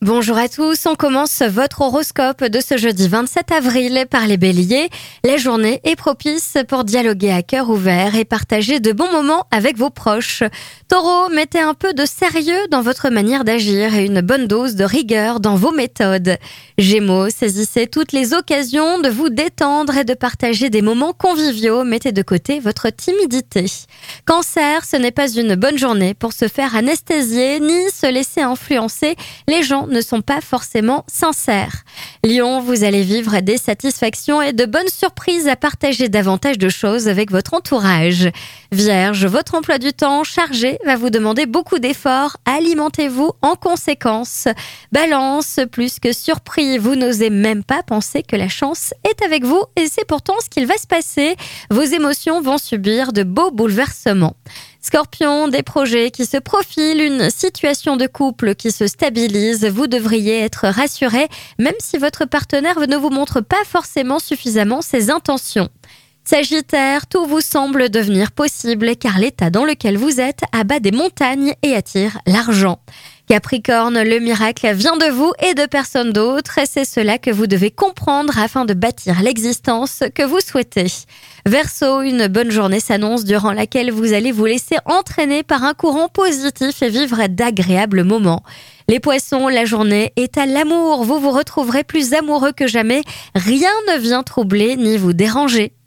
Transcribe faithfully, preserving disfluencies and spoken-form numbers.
Bonjour à tous, on commence votre horoscope de ce jeudi vingt-sept avril par les béliers. La journée est propice pour dialoguer à cœur ouvert et partager de bons moments avec vos proches. Taureau, mettez un peu de sérieux dans votre manière d'agir et une bonne dose de rigueur dans vos méthodes. Gémeaux, saisissez toutes les occasions de vous détendre et de partager des moments conviviaux. Mettez de côté votre timidité. Cancer, ce n'est pas une bonne journée pour se faire anesthésier ni se laisser influencer. Les gens ne sont pas forcément sincères. Lion, vous allez vivre des satisfactions et de bonnes surprises à partager davantage de choses avec votre entourage. Vierge, votre emploi du temps chargé va vous demander beaucoup d'efforts. Alimentez-vous en conséquence. Balance, plus que surpris, vous n'osez même pas penser que la chance est avec vous et c'est pourtant ce qu'il va se passer. Vos émotions vont subir de beaux bouleversements. Scorpion, des projets qui se profilent, une situation de couple qui se stabilise, vous devriez être rassuré, même si votre partenaire ne vous montre pas forcément suffisamment ses intentions. Sagittaire, tout vous semble devenir possible car l'état dans lequel vous êtes abat des montagnes et attire l'argent. Capricorne, le miracle vient de vous et de personne d'autre et c'est cela que vous devez comprendre afin de bâtir l'existence que vous souhaitez. Verseau, une bonne journée s'annonce durant laquelle vous allez vous laisser entraîner par un courant positif et vivre d'agréables moments. Les poissons, la journée est à l'amour, vous vous retrouverez plus amoureux que jamais, rien ne vient troubler ni vous déranger.